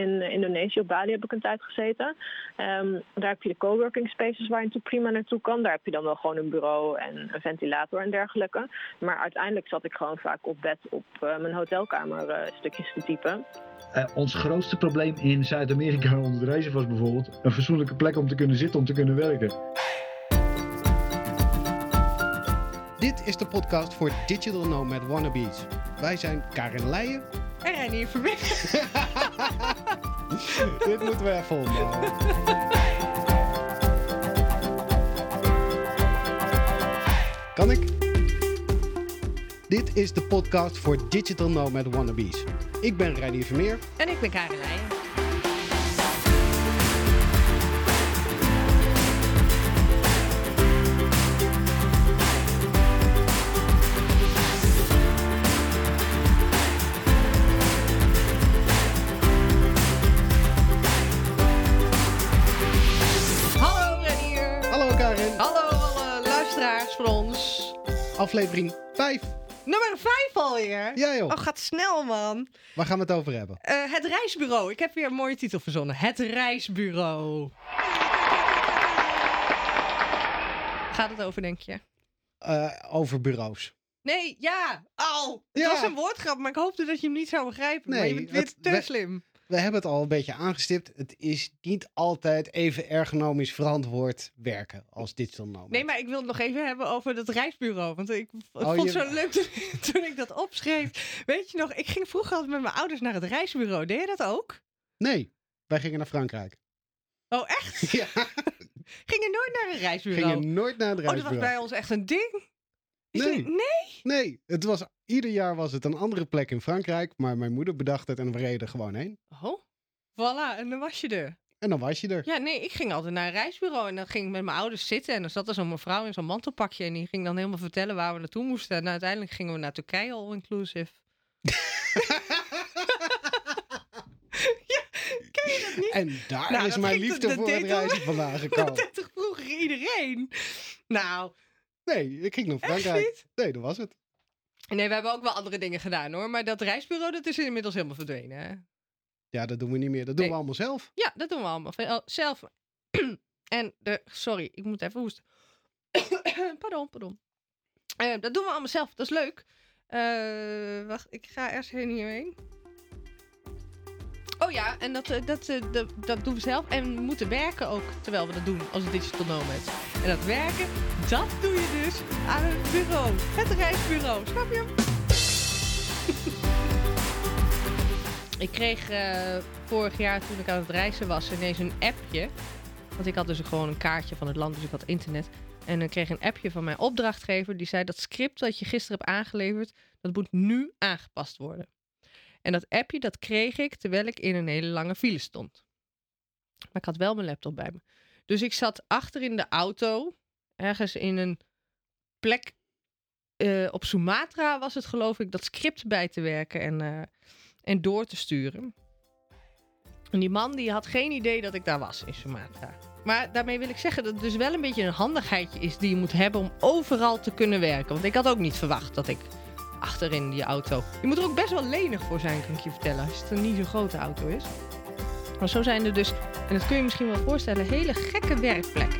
In Indonesië, op Bali, heb ik een tijd gezeten. Daar heb je de coworking spaces waar je natuurlijk prima naartoe kan. Daar heb je dan wel gewoon een bureau en een ventilator en dergelijke. Maar uiteindelijk zat ik gewoon vaak op bed op mijn hotelkamer stukjes te typen. Ons grootste probleem in Zuid-Amerika onder de reizen was bijvoorbeeld een fatsoenlijke plek om te kunnen zitten, om te kunnen werken. Dit is de podcast voor Digital Nomad Wannabes. Wij zijn Karin Leijen en Reinier Vermeer. Dit moeten we even opbouwen. Kan ik? Dit is de podcast voor Digital Nomad Wannabes. Ik ben Reinier Vermeer. En ik ben Karin Leijen. Hallo Reinier. Hallo Karin. Hallo alle luisteraars van ons. Aflevering 5. Nummer 5 alweer. Ja joh. Oh, gaat snel man. Waar gaan we het over hebben? Het reisbureau. Ik heb weer een mooie titel verzonnen. Het reisbureau. Gaat het over, denk je? Over bureaus. Nee, ja. Au. Het was een woordgrap, maar ik hoopte dat je hem niet zou begrijpen. Nee, maar je bent weer te slim. We hebben het al een beetje aangestipt. Het is niet altijd even ergonomisch verantwoord werken als digital nomad. Nee, maar ik wil het nog even hebben over dat reisbureau. Want ik vond het zo leuk toen ik dat opschreef. Weet je nog, ik ging vroeger altijd met mijn ouders naar het reisbureau. Deed je dat ook? Nee, wij gingen naar Frankrijk. Oh, echt? Ja. Ging je nooit naar een reisbureau? Gingen nooit naar het reisbureau. Oh, dat was bij ons echt een ding? Nee, ieder jaar was het een andere plek in Frankrijk. Maar mijn moeder bedacht het en we reden gewoon heen. Oh, voilà. En dan was je er. En dan was je er. Ja, nee, ik ging altijd naar een reisbureau. En dan ging ik met mijn ouders zitten. En dan zat er zo'n mevrouw in zo'n mantelpakje. En die ging dan helemaal vertellen waar we naartoe moesten. En uiteindelijk gingen we naar Turkije, all inclusive. Ja, ken je dat niet? En daar is mijn liefde voor het reizen vandaan gekomen. Dat deed toch vroeger iedereen? Nou... Nee, ik ging naar Frankrijk. Nee, dat was het. Nee, we hebben ook wel andere dingen gedaan hoor. Maar dat reisbureau, dat is inmiddels helemaal verdwenen. Hè? Ja, dat doen we niet meer. Dat doen we allemaal zelf. Ja, dat doen we allemaal zelf. En sorry, ik moet even hoesten. Pardon. Dat doen we allemaal zelf. Dat is leuk. Wacht, ik ga eerst hierheen. Oh ja, en dat doen we zelf. En we moeten werken ook, terwijl we dat doen als digital nomads. En dat werken, dat doe je dus aan het bureau. Het reisbureau, snap je? Ik kreeg vorig jaar, toen ik aan het reizen was, ineens een appje. Want ik had dus gewoon een kaartje van het land, dus ik had internet. En dan kreeg een appje van mijn opdrachtgever. Die zei, dat script dat je gisteren hebt aangeleverd, dat moet nu aangepast worden. En dat appje, dat kreeg ik terwijl ik in een hele lange file stond. Maar ik had wel mijn laptop bij me. Dus ik zat achter in de auto, ergens in een plek op Sumatra was het geloof ik, dat script bij te werken en door te sturen. En die man die had geen idee dat ik daar was in Sumatra. Maar daarmee wil ik zeggen dat het dus wel een beetje een handigheidje is die je moet hebben om overal te kunnen werken. Want ik had ook niet verwacht dat ik achterin die auto... Je moet er ook best wel lenig voor zijn, kan ik je vertellen, als het een niet zo'n grote auto is. Maar zo zijn er dus, en dat kun je misschien wel voorstellen, hele gekke werkplekken.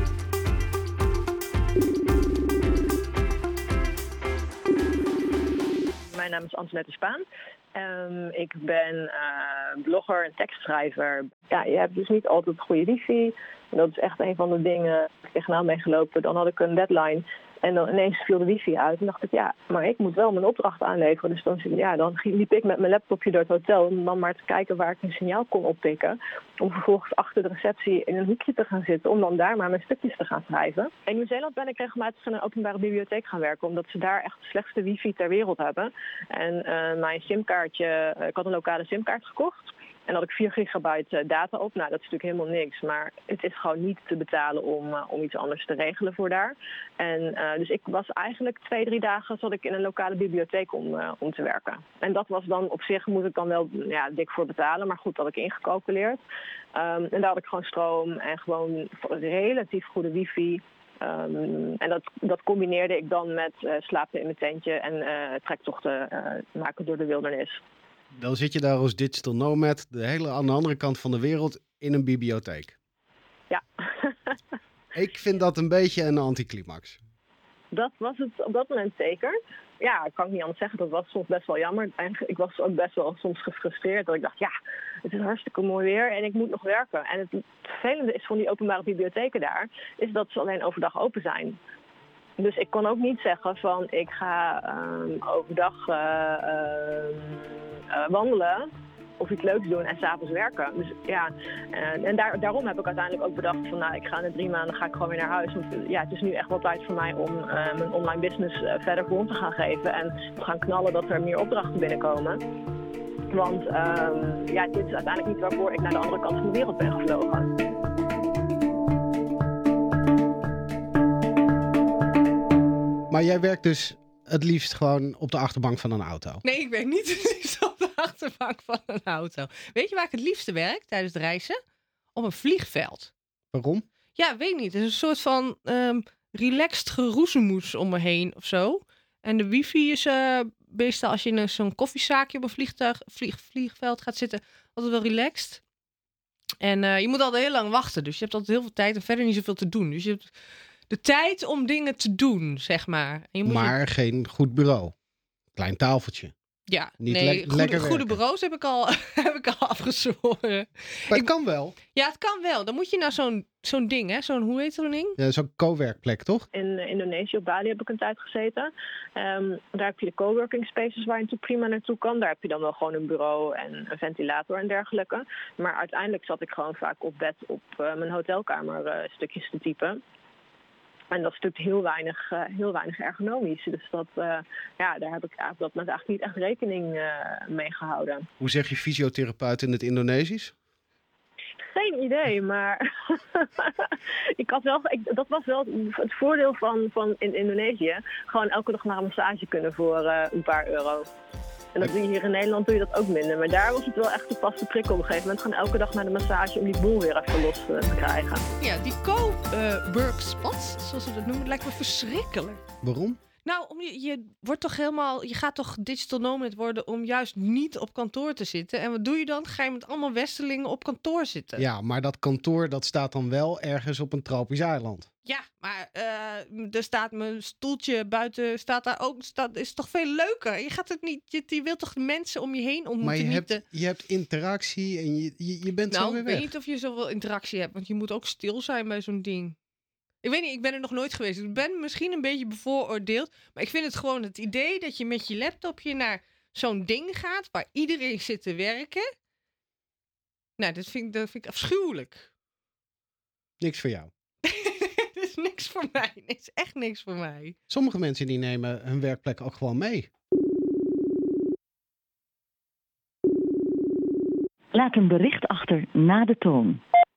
Mijn naam is Antoinette Spaan. Ik ben blogger en tekstschrijver. Ja, je hebt dus niet altijd goede wifi. En dat is echt een van de dingen waar ik tegenaan ben gelopen. Dan had ik een deadline. En dan ineens viel de wifi uit. En dacht ik, ja, maar ik moet wel mijn opdracht aanleveren. Dus dan liep ik met mijn laptopje door het hotel om dan maar te kijken waar ik een signaal kon oppikken. Om vervolgens achter de receptie in een hoekje te gaan zitten. Om dan daar maar mijn stukjes te gaan schrijven. In Nieuw-Zeeland ben ik regelmatig in een openbare bibliotheek gaan werken. Omdat ze daar echt de slechtste wifi ter wereld hebben. En mijn simkaartje, ik had een lokale simkaart gekocht. En had ik 4 gigabyte data op. Nou, dat is natuurlijk helemaal niks. Maar het is gewoon niet te betalen om iets anders te regelen voor daar. En dus ik was eigenlijk 2-3 dagen zat ik in een lokale bibliotheek om te werken. En dat was dan op zich, moet ik dan wel dik voor betalen. Maar goed, dat had ik ingecalculeerd. En daar had ik gewoon stroom en gewoon relatief goede wifi. En dat combineerde ik dan met slapen in mijn tentje en trektochten maken door de wildernis. Dan zit je daar als digital nomad, aan de andere kant van de wereld, in een bibliotheek. Ja. Ik vind dat een beetje een anticlimax. Dat was het op dat moment zeker. Ja, ik kan niet anders zeggen. Dat was soms best wel jammer. Ik was ook best wel soms gefrustreerd. Dat ik dacht, ja, het is hartstikke mooi weer en ik moet nog werken. En het vervelende is van die openbare bibliotheken daar, is dat ze alleen overdag open zijn. Dus ik kon ook niet zeggen van, ik ga overdag wandelen of iets leuks doen en 's avonds werken. Dus ja, en daarom heb ik uiteindelijk ook bedacht van, nou, ik ga in 3 maanden ga ik gewoon weer naar huis. Want ja, het is nu echt wel tijd voor mij om mijn online business verder vorm te gaan geven en te gaan knallen dat er meer opdrachten binnenkomen. Want ja, dit is uiteindelijk niet waarvoor ik naar de andere kant van de wereld ben gevlogen. Maar jij werkt dus het liefst gewoon op de achterbank van een auto. Nee, ik werk niet het liefst op de achterbank van een auto. Weet je waar ik het liefste werk tijdens het reizen? Op een vliegveld. Waarom? Ja, weet niet. Het is een soort van relaxed geroezemoes om me heen of zo. En de wifi is meestal als je in zo'n koffiezaakje op een vliegveld gaat zitten, altijd wel relaxed. En je moet altijd heel lang wachten. Dus je hebt altijd heel veel tijd en verder niet zoveel te doen. Dus je hebt de tijd om dingen te doen, zeg maar. En je moet geen goed bureau. Klein tafeltje. Ja, Niet nee, lekker goede werken. bureaus heb ik al afgezworen. Maar het kan wel. Ja, het kan wel. Dan moet je naar zo'n ding, hè? Hoe heet zo'n ding? Ja, zo'n co-werkplek, toch? In Indonesië, op Bali, heb ik een tijd gezeten. Daar heb je de coworking spaces waar je natuurlijk prima naartoe kan. Daar heb je dan wel gewoon een bureau en een ventilator en dergelijke. Maar uiteindelijk zat ik gewoon vaak op bed op mijn hotelkamer stukjes te typen. En dat is natuurlijk heel weinig ergonomisch. Dus daar heb ik op dat moment eigenlijk niet echt rekening mee gehouden. Hoe zeg je fysiotherapeut in het Indonesisch? Geen idee, maar dat was wel het voordeel van in Indonesië. Gewoon elke dag naar een massage kunnen voor een paar euro. En dat doe je hier in Nederland doe je dat ook minder. Maar daar was het wel echt de vaste prikkel op een gegeven moment. Gewoon elke dag naar de massage om die boel weer even los te krijgen. Ja, die co-work spots, zoals ze dat noemen, lijkt me verschrikkelijk. Waarom? Nou, je wordt toch je gaat toch digital nomad worden om juist niet op kantoor te zitten. En wat doe je dan? Ga je met allemaal westerlingen op kantoor zitten? Ja, maar dat kantoor dat staat dan wel ergens op een tropisch eiland. Ja, maar er staat mijn stoeltje buiten, staat daar ook, is toch veel leuker? Je gaat het niet, je wilt toch mensen om je heen ontmoeten? Maar je hebt interactie en je bent zo weer ik weg. weet niet of je zoveel interactie hebt, want je moet ook stil zijn bij zo'n ding. Ik weet niet, ik ben er nog nooit geweest. Ik ben misschien een beetje bevooroordeeld. Maar ik vind het gewoon het idee dat je met je laptopje naar zo'n ding gaat waar iedereen zit te werken. Nou, dat vind ik afschuwelijk. Niks voor jou. Dit is niks voor mij. Dit is echt niks voor mij. Sommige mensen die nemen hun werkplek ook gewoon mee. Laat een bericht achter na de toon.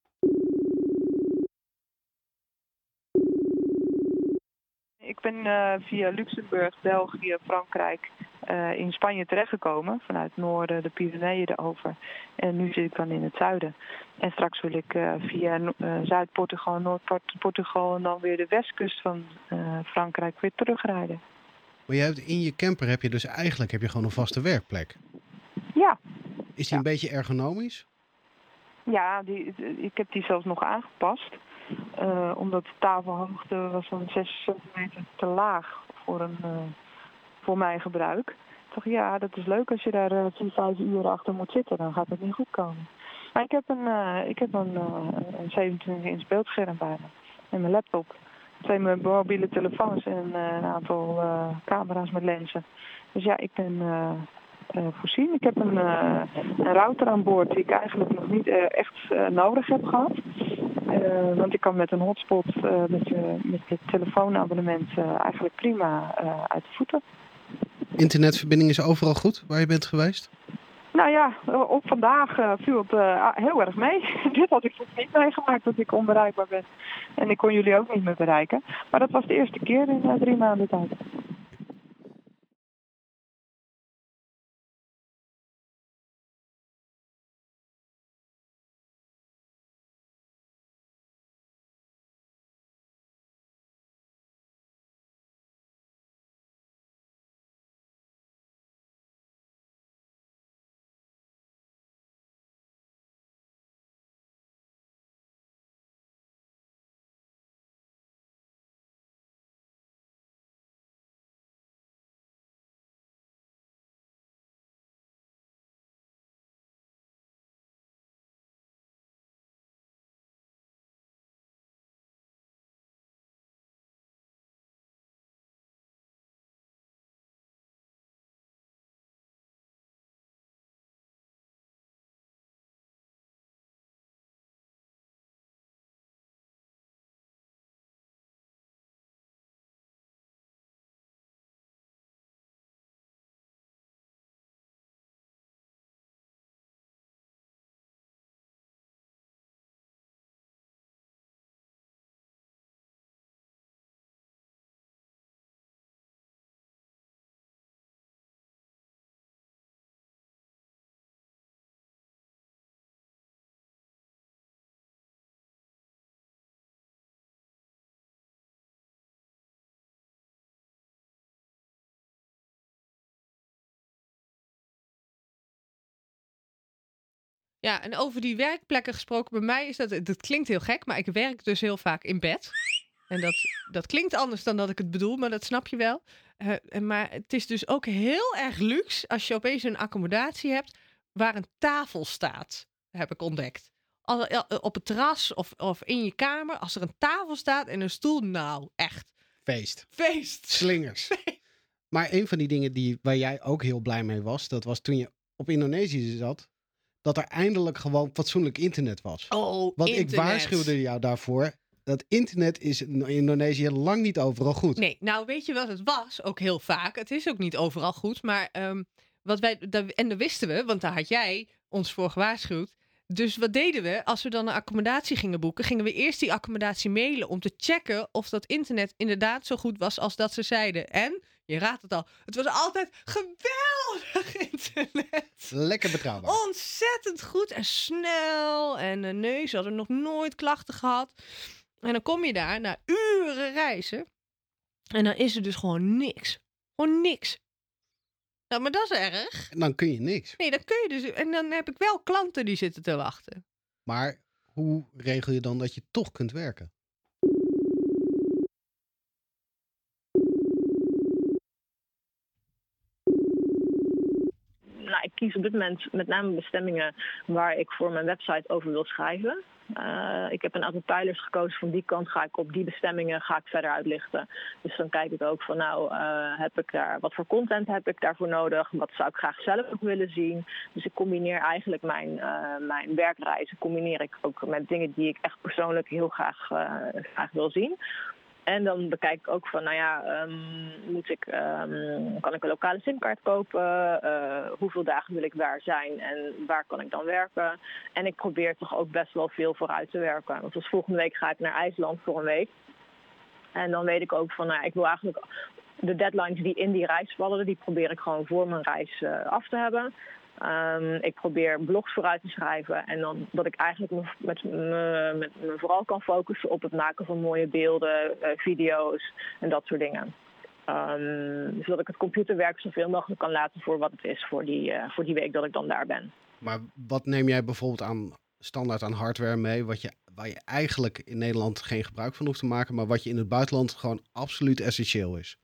Ik ben via Luxemburg, België, Frankrijk in Spanje terechtgekomen. Vanuit het noorden, de Pyreneeën erover. En nu zit ik dan in het zuiden. En straks wil ik via Zuid-Portugal, Noord-Portugal en dan weer de westkust van Frankrijk weer terugrijden. Maar in je camper heb je dus eigenlijk gewoon een vaste werkplek. Ja. Is die een beetje ergonomisch? Ja, ik heb die zelfs nog aangepast. Omdat de tafelhoogte was van 6 centimeter te laag voor mijn gebruik. Ik dacht, ja, dat is leuk als je daar 4-5 uur achter moet zitten. Dan gaat het niet goed komen. Maar ik heb een 27-inch beeldscherm bij me. En mijn laptop. 2 mobiele telefoons en een aantal camera's met lenzen. Dus ja, ik ben voorzien. Ik heb een router aan boord die ik eigenlijk nog niet echt nodig heb gehad. Want ik kan met een hotspot, met het telefoonabonnement eigenlijk prima uit de voeten. Internetverbinding is overal goed waar je bent geweest? Nou ja, op vandaag viel het heel erg mee. Dit had ik nog niet meegemaakt dat ik onbereikbaar ben. En ik kon jullie ook niet meer bereiken. Maar dat was de eerste keer in 3 maanden tijd. Ja, en over die werkplekken gesproken, bij mij is dat klinkt heel gek, maar ik werk dus heel vaak in bed. En dat klinkt anders dan dat ik het bedoel, maar dat snap je wel. Maar het is dus ook heel erg luxe als je opeens een accommodatie hebt waar een tafel staat, heb ik ontdekt. Op het terras of in je kamer, als er een tafel staat en een stoel, nou, echt. Feest. Slingers. Maar een van die dingen waar jij ook heel blij mee was, dat was toen je op Indonesië zat, dat er eindelijk gewoon fatsoenlijk internet was. Oh, Want internet. ik waarschuwde jou daarvoor. Dat internet is in Indonesië lang niet overal goed. Nee, nou weet je wat het was? Ook heel vaak. Het is ook niet overal goed. Maar en dat wisten we, want daar had jij ons voor gewaarschuwd. Dus wat deden we? Als we dan een accommodatie gingen boeken, gingen we eerst die accommodatie mailen om te checken of dat internet inderdaad zo goed was als dat ze zeiden. En, je raadt het al, het was altijd geweldig internet. Lekker betrouwbaar. Ontzettend goed en snel. En nee, ze hadden nog nooit klachten gehad. En dan kom je daar na uren reizen. En dan is er dus gewoon niks. Gewoon niks. Nou, maar dat is erg. En dan kun je niks. Nee, dan kun je dus. En dan heb ik wel klanten die zitten te wachten. Maar hoe regel je dan dat je toch kunt werken? Nou, ik kies op dit moment met name bestemmingen waar ik voor mijn website over wil schrijven. Ik heb een aantal pijlers gekozen. Van die kant ga ik op die bestemmingen verder uitlichten. Dus dan kijk ik ook van wat voor content heb ik daarvoor nodig? Wat zou ik graag zelf ook willen zien? Dus ik combineer eigenlijk mijn werkreizen ook met dingen die ik echt persoonlijk heel graag wil zien. En dan bekijk ik ook van, kan ik een lokale simkaart kopen? Hoeveel dagen wil ik waar zijn en waar kan ik dan werken? En ik probeer toch ook best wel veel vooruit te werken. Want dus volgende week ga ik naar IJsland voor een week. En dan weet ik ook van, ik wil eigenlijk de deadlines die in die reis vallen, die probeer ik gewoon voor mijn reis af te hebben. Ik probeer blogs vooruit te schrijven en dan dat ik eigenlijk me vooral kan focussen op het maken van mooie beelden, video's en dat soort dingen. Zodat ik het computerwerk zoveel mogelijk kan laten voor wat het is voor die week dat ik dan daar ben. Maar wat neem jij bijvoorbeeld standaard aan hardware mee, waar je eigenlijk in Nederland geen gebruik van hoeft te maken, maar wat je in het buitenland gewoon absoluut essentieel is?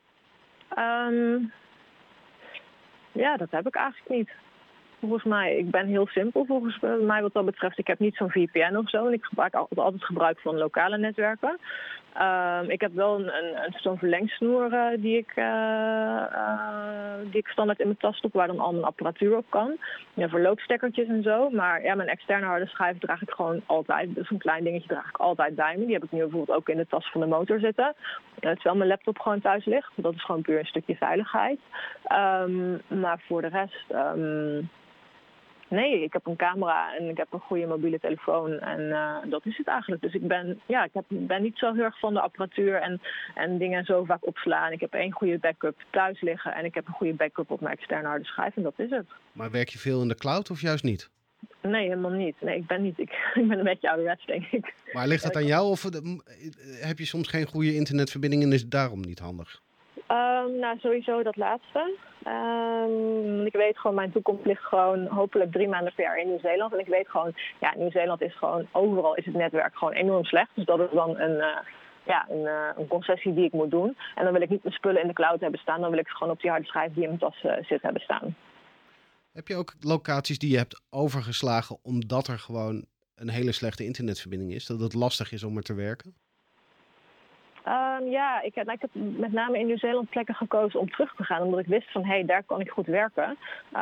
Ja, dat heb ik eigenlijk niet. Volgens mij, ik ben heel simpel volgens mij wat dat betreft. Ik heb niet zo'n VPN of zo en ik maak altijd gebruik van lokale netwerken. Ik heb wel zo'n verlengsnoer die ik standaard in mijn tas stop, waar dan al mijn apparatuur op kan. Ja, voor loopstekkertjes en zo. Maar ja, mijn externe harde schijf draag ik gewoon altijd. Dus een klein dingetje draag ik altijd bij me. Die heb ik nu bijvoorbeeld ook in de tas van de motor zitten. Terwijl mijn laptop gewoon thuis ligt. Dat is gewoon puur een stukje veiligheid. Maar voor de rest... Nee, ik heb een camera en ik heb een goede mobiele telefoon en dat is het eigenlijk. Dus ik ben niet zo heel erg van de apparatuur en dingen zo vaak opslaan. Ik heb 1 goede backup thuis liggen en ik heb een goede backup op mijn externe harde schijf en dat is het. Maar werk je veel in de cloud of juist niet? Nee, helemaal niet. Nee, ik ben niet. Ik ben een beetje ouderwets, denk ik. Maar ligt dat aan jou of heb je soms geen goede internetverbinding en is het daarom niet handig? Sowieso dat laatste. Ik weet gewoon, mijn toekomst ligt gewoon hopelijk 3 maanden per jaar in Nieuw-Zeeland. En ik weet gewoon, Nieuw-Zeeland is gewoon, overal is het netwerk gewoon enorm slecht. Dus dat is dan een concessie die ik moet doen. En dan wil ik niet mijn spullen in de cloud hebben staan. Dan wil ik ze gewoon op die harde schijf die in mijn tas zit hebben staan. Heb je ook locaties die je hebt overgeslagen omdat er gewoon een hele slechte internetverbinding is? Dat het lastig is om er te werken? Ik heb met name in Nieuw-Zeeland plekken gekozen om terug te gaan. Omdat ik wist van, daar kan ik goed werken.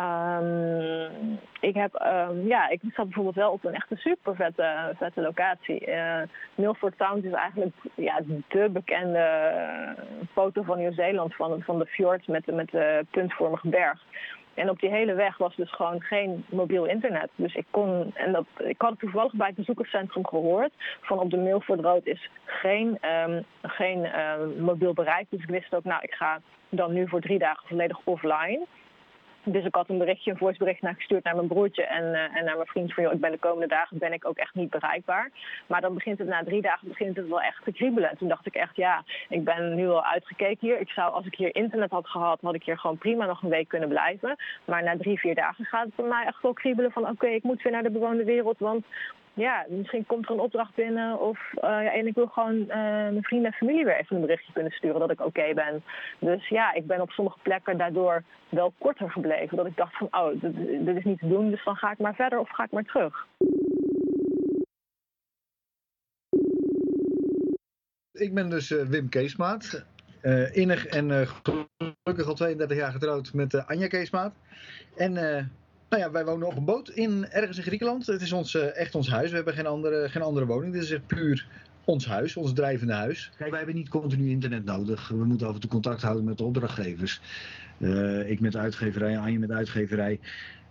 Ik zat bijvoorbeeld wel op een echt super vette locatie. Milford Sound is eigenlijk de bekende foto van Nieuw-Zeeland. Van de fjord met de puntvormige berg. En op die hele weg was dus gewoon geen mobiel internet. Dus ik had het toevallig bij het bezoekerscentrum gehoord. Van op de Milford Road is geen mobiel bereik. Dus ik wist ook, ik ga dan nu voor 3 dagen volledig offline. Dus ik had een voicebericht gestuurd naar mijn broertje en naar mijn vriend van, joh, ik ben de komende dagen ben ik ook echt niet bereikbaar. Maar dan begint het na 3 dagen wel echt te kriebelen. En toen dacht ik echt, ja, ik ben nu al uitgekeken hier. Als ik hier internet had gehad, had ik hier gewoon prima nog een week kunnen blijven. Maar na 3-4 dagen gaat het bij mij echt wel kriebelen van, oké, ik moet weer naar de bewoonde wereld, want ja, misschien komt er een opdracht binnen en ik wil gewoon mijn vrienden en familie weer even een berichtje kunnen sturen dat ik oké ben. Dus ja, ik ben op sommige plekken daardoor wel korter gebleven. Dat ik dacht van, dit is niet te doen, dus dan ga ik maar verder of ga ik maar terug. Ik ben dus Wim Keesmaat. Innig en gelukkig al 32 jaar getrouwd met Anja Keesmaat. En wij wonen op een boot ergens in Griekenland. Het is echt ons huis. We hebben geen andere woning. Dit is echt puur ons huis, ons drijvende huis. Kijk, wij hebben niet continu internet nodig. We moeten af en toe contact houden met de opdrachtgevers. Ik met de uitgeverij, Anja met de uitgeverij.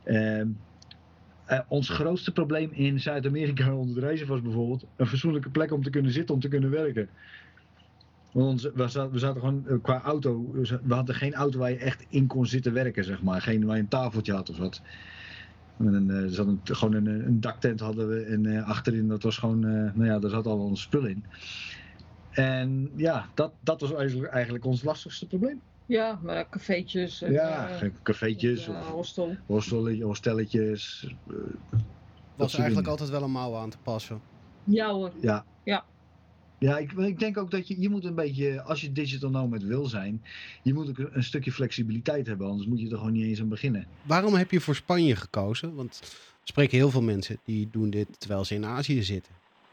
Ons grootste probleem in Zuid-Amerika onder de reizen was bijvoorbeeld een fatsoenlijke plek om te kunnen zitten, om te kunnen werken. Want we zaten gewoon qua auto, we hadden geen auto waar je echt in kon zitten werken, zeg maar. Geen waar je een tafeltje had of wat. Gewoon een daktent hadden we en achterin, dat was gewoon, daar zat al ons spul in. En ja, dat was eigenlijk ons lastigste probleem. Ja, maar cafeetjes. Cafeetjes. Hostelletjes. Was eigenlijk altijd wel een mouw aan te passen. Ja hoor. Ja. Ja, ik denk ook dat je moet een beetje, als je digital nomad wil zijn, je moet ook een stukje flexibiliteit hebben, anders moet je er gewoon niet eens aan beginnen. Waarom heb je voor Spanje gekozen? Want er spreken heel veel mensen die doen dit terwijl ze in Azië zitten.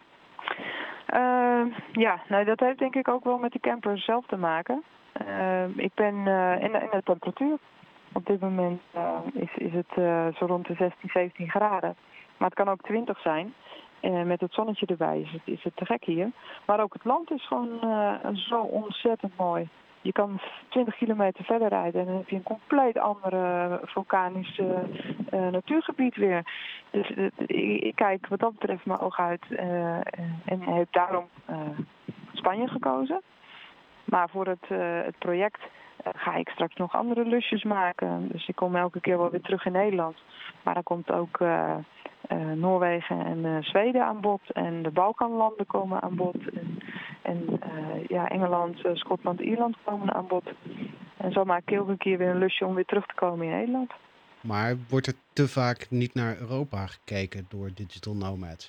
Dat heeft denk ik ook wel met de camper zelf te maken. Ik ben in de temperatuur. Op dit moment is het zo rond de 16, 17 graden. Maar het kan ook 20 zijn. Met het zonnetje erbij is het te gek hier. Maar ook het land is gewoon zo ontzettend mooi. Je kan 20 kilometer verder rijden en dan heb je een compleet andere vulkanisch natuurgebied weer. Dus ik kijk wat dat betreft mijn oog uit en heb daarom Spanje gekozen. Maar voor het project ga ik straks nog andere lusjes maken. Dus ik kom elke keer wel weer terug in Nederland. Maar dan komt ook Noorwegen en Zweden aan bod. En de Balkanlanden komen aan bod. En Engeland, Schotland, Ierland komen aan bod. En zo maak ik elke keer weer een lusje om weer terug te komen in Nederland. Maar wordt er te vaak niet naar Europa gekeken door digital nomads?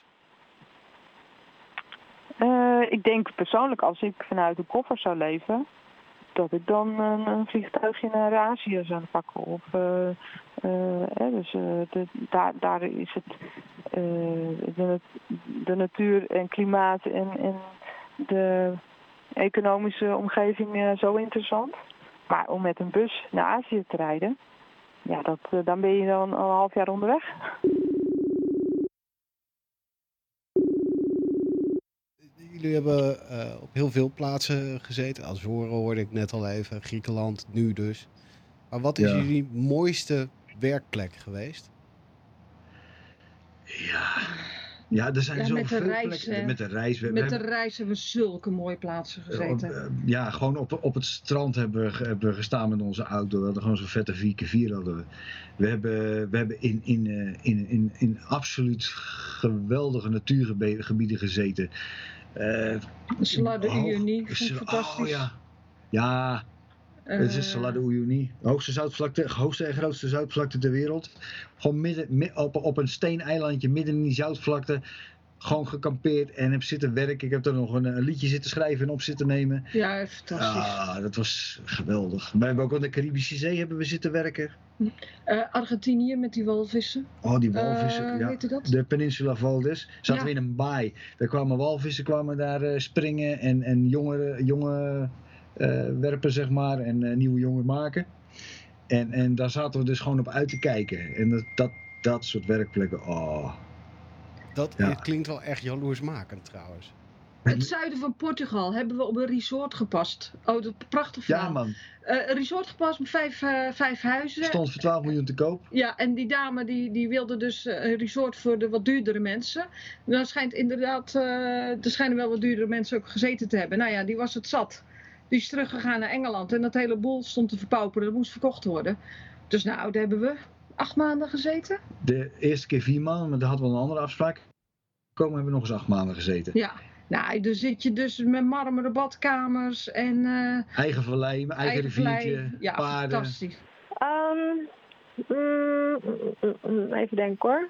Ik denk persoonlijk, als ik vanuit een koffer zou leven, dat ik dan een vliegtuigje naar Azië zou pakken. Of, daar is het de natuur en klimaat en de economische omgeving zo interessant. Maar om met een bus naar Azië te rijden, ja, dan ben je dan al een half jaar onderweg. Jullie hebben op heel veel plaatsen gezeten. Azoren hoorde ik net al even. Griekenland, nu dus. Maar wat is jullie mooiste werkplek geweest? Ja, er zijn zoveel reis, plekken. Met de reis. Met de reis hebben we zulke mooie plaatsen gezeten. Gewoon op het strand hebben we gestaan met onze auto. We hadden gewoon zo'n vette 4x4 hadden we. We hebben in absoluut geweldige natuurgebieden gezeten. Salar de Uyuni, fantastisch. Ja. Het is Salar de Uyuni. Hoogste en grootste zoutvlakte ter wereld. Gewoon midden op een steeneilandje midden in die zoutvlakte. Gewoon gekampeerd en heb zitten werken. Ik heb er nog een liedje zitten schrijven en op zitten nemen. Ja, fantastisch. Dat was geweldig. We hebben ook aan de Caribische Zee hebben we zitten werken. Argentinië met die walvissen. Oh, die walvissen. Weet je dat? De Peninsula Valdez. Zaten we in een baai. Daar kwamen walvissen daar springen en jonge werpen, zeg maar. En nieuwe jongen maken. En daar zaten we dus gewoon op uit te kijken. En dat soort werkplekken. Oh. Dat klinkt wel echt jaloersmakend trouwens. Het zuiden van Portugal hebben we op een resort gepast. Oh, dat prachtig verhaal. Ja, man. Een resort gepast met 5 huizen. Stond voor 12 miljoen te koop. Ja, en die dame die wilde dus een resort voor de wat duurdere mensen. Dan schijnt inderdaad, er schijnen wel wat duurdere mensen ook gezeten te hebben. Nou ja, die was het zat. Die is teruggegaan naar Engeland en dat hele boel stond te verpauperen. Dat moest verkocht worden. Dus nou, daar hebben we 8 maanden gezeten. De eerste keer 4 maanden, maar daar hadden we een andere afspraak. Hebben we nog eens 8 maanden gezeten. Ja, nou, dan zit je dus met marmeren badkamers en... eigen vallei, eigen riviertje, vallei. Ja, paarden. Fantastisch. Even denken hoor.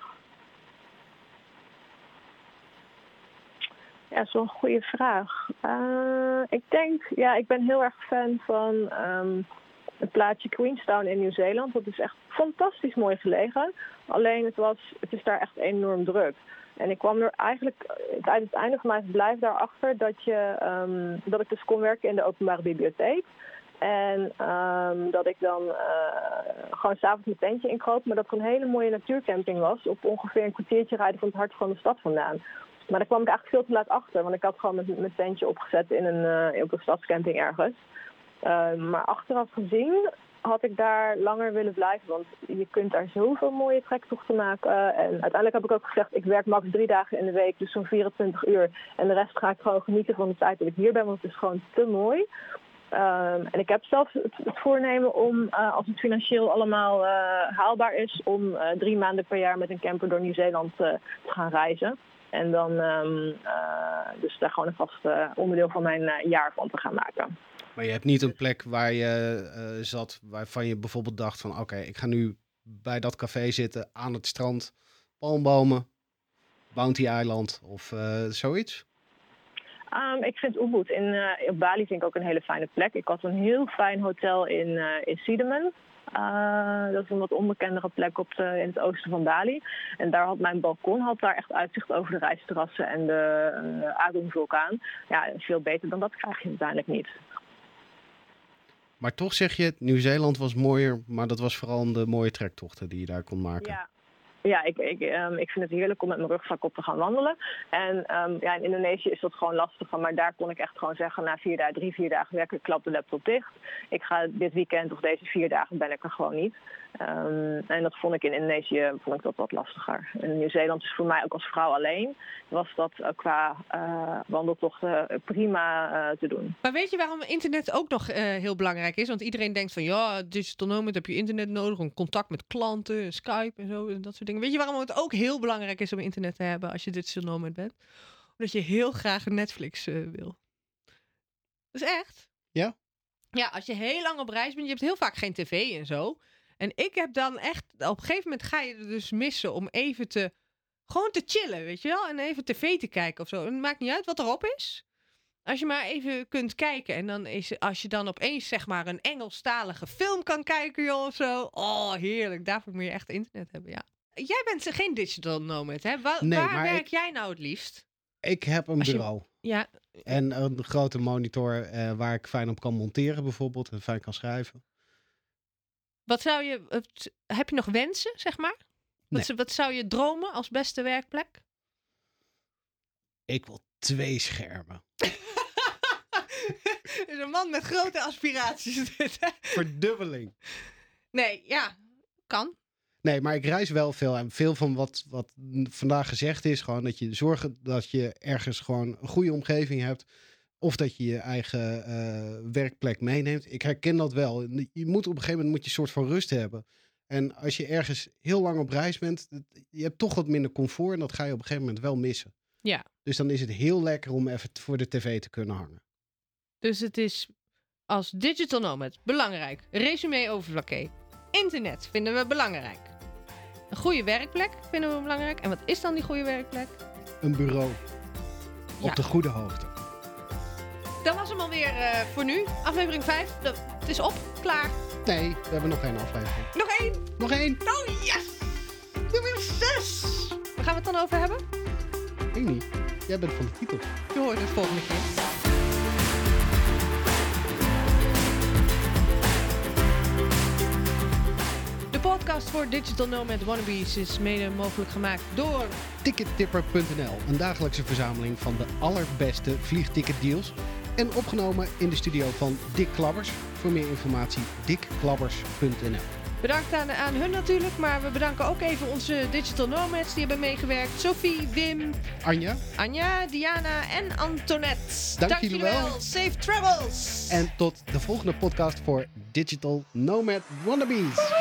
Ja, dat is wel een goede vraag. Ik denk, ik ben heel erg fan van het plaatsje Queenstown in Nieuw-Zeeland. Dat is echt fantastisch mooi gelegen. Alleen het is daar echt enorm druk. En ik kwam er eigenlijk tijdens het einde van mijn verblijf daarachter dat ik dus kon werken in de openbare bibliotheek. En dat ik dan gewoon 's avonds mijn tentje inkroop, maar dat het een hele mooie natuurcamping was. Op ongeveer een kwartiertje rijden van het hart van de stad vandaan. Maar daar kwam ik eigenlijk veel te laat achter, want ik had gewoon mijn tentje opgezet op een stadscamping ergens. Maar achteraf gezien had ik daar langer willen blijven, want je kunt daar zoveel mooie trektochten maken. En uiteindelijk heb ik ook gezegd, ik werk max 3 dagen in de week, dus zo'n 24 uur. En de rest ga ik gewoon genieten van de tijd dat ik hier ben, want het is gewoon te mooi. En ik heb zelfs het voornemen om, als het financieel allemaal haalbaar is, om 3 maanden per jaar met een camper door Nieuw-Zeeland te gaan reizen. En dan dus daar gewoon een vast onderdeel van mijn jaar van te gaan maken. Maar je hebt niet een plek waar je zat, waarvan je bijvoorbeeld dacht van oké, ik ga nu bij dat café zitten aan het strand, palmbomen, Bounty Island of zoiets? Ik vind Ubud op Bali vind ik ook een hele fijne plek. Ik had een heel fijn hotel in Sidamon. Dat is een wat onbekendere plek in het oosten van Bali. En daar had mijn balkon daar echt uitzicht over de rijstterrassen en de Agung-vulkaan. Ja, veel beter dan dat krijg je uiteindelijk niet. Maar toch zeg je, Nieuw-Zeeland was mooier, maar dat was vooral de mooie trektochten die je daar kon maken. Ja, ik vind het heerlijk om met mijn rugzak op te gaan wandelen. En in Indonesië is dat gewoon lastiger. Maar daar kon ik echt gewoon zeggen, na 3-4 dagen werken, ik klap de laptop dicht. Ik ga dit weekend of deze 4 dagen ben ik er gewoon niet. En dat vond ik in Indonesië wat lastiger. En in Nieuw-Zeeland is voor mij ook als vrouw alleen, was dat qua wandeltochten prima te doen. Maar weet je waarom internet ook nog heel belangrijk is? Want iedereen denkt van ja, digital nomad, heb je internet nodig, een contact met klanten, Skype en zo en dat soort dingen. Weet je waarom het ook heel belangrijk is om internet te hebben als je digital nomad bent? Omdat je heel graag Netflix wil. Dat is echt. Ja? Ja, als je heel lang op reis bent, je hebt heel vaak geen tv en zo. En ik heb dan echt, op een gegeven moment ga je er dus missen om even gewoon te chillen, weet je wel? En even tv te kijken of zo. En het maakt niet uit wat erop is. Als je maar even kunt kijken en dan als je dan opeens zeg maar een Engelstalige film kan kijken, joh, of zo. Oh, heerlijk. Daarvoor moet je echt internet hebben, ja. Jij bent geen digital nomad, hè? Waar werk jij nou het liefst? Ik heb een bureau. Ja. En een grote monitor waar ik fijn op kan monteren bijvoorbeeld en fijn kan schrijven. Heb je nog wensen, zeg maar? Wat zou je dromen als beste werkplek? Ik wil 2 schermen. is een man met grote aspiraties. Verdubbeling. Nee, ja, kan. Nee, maar ik reis wel veel. En veel van wat vandaag gezegd is, gewoon dat je zorgt dat je ergens gewoon een goede omgeving hebt. Of dat je je eigen werkplek meeneemt. Ik herken dat wel. Je moet op een gegeven moment een soort van rust hebben. En als je ergens heel lang op reis bent, je hebt toch wat minder comfort. En dat ga je op een gegeven moment wel missen. Ja. Dus dan is het heel lekker om even voor de tv te kunnen hangen. Dus het is als digital nomad belangrijk. Resume over Vlakke. Internet vinden we belangrijk. Een goede werkplek vinden we belangrijk. En wat is dan die goede werkplek? Een bureau. Op de goede hoogte. Dat was hem alweer voor nu. Aflevering 5. Het is op. Klaar. Nee, we hebben nog 1 aflevering. Nog 1. Nog 1. Oh, yes. Nummer 6. Waar gaan we het dan over hebben? Ik niet. Jij bent van de titel. Je hoort het volgende keer. De podcast voor Digital Nomad Wannabes is mede mogelijk gemaakt door Tickettipper.nl, een dagelijkse verzameling van de allerbeste vliegticketdeals. En opgenomen in de studio van Dick Klabbers. Voor meer informatie dickklabbers.nl. Bedankt aan hun natuurlijk, maar we bedanken ook even onze digital nomads die hebben meegewerkt. Sophie, Wim, Anja, Diana en Antoinette. Dank jullie wel. Safe travels. En tot de volgende podcast voor Digital Nomad Wannabes.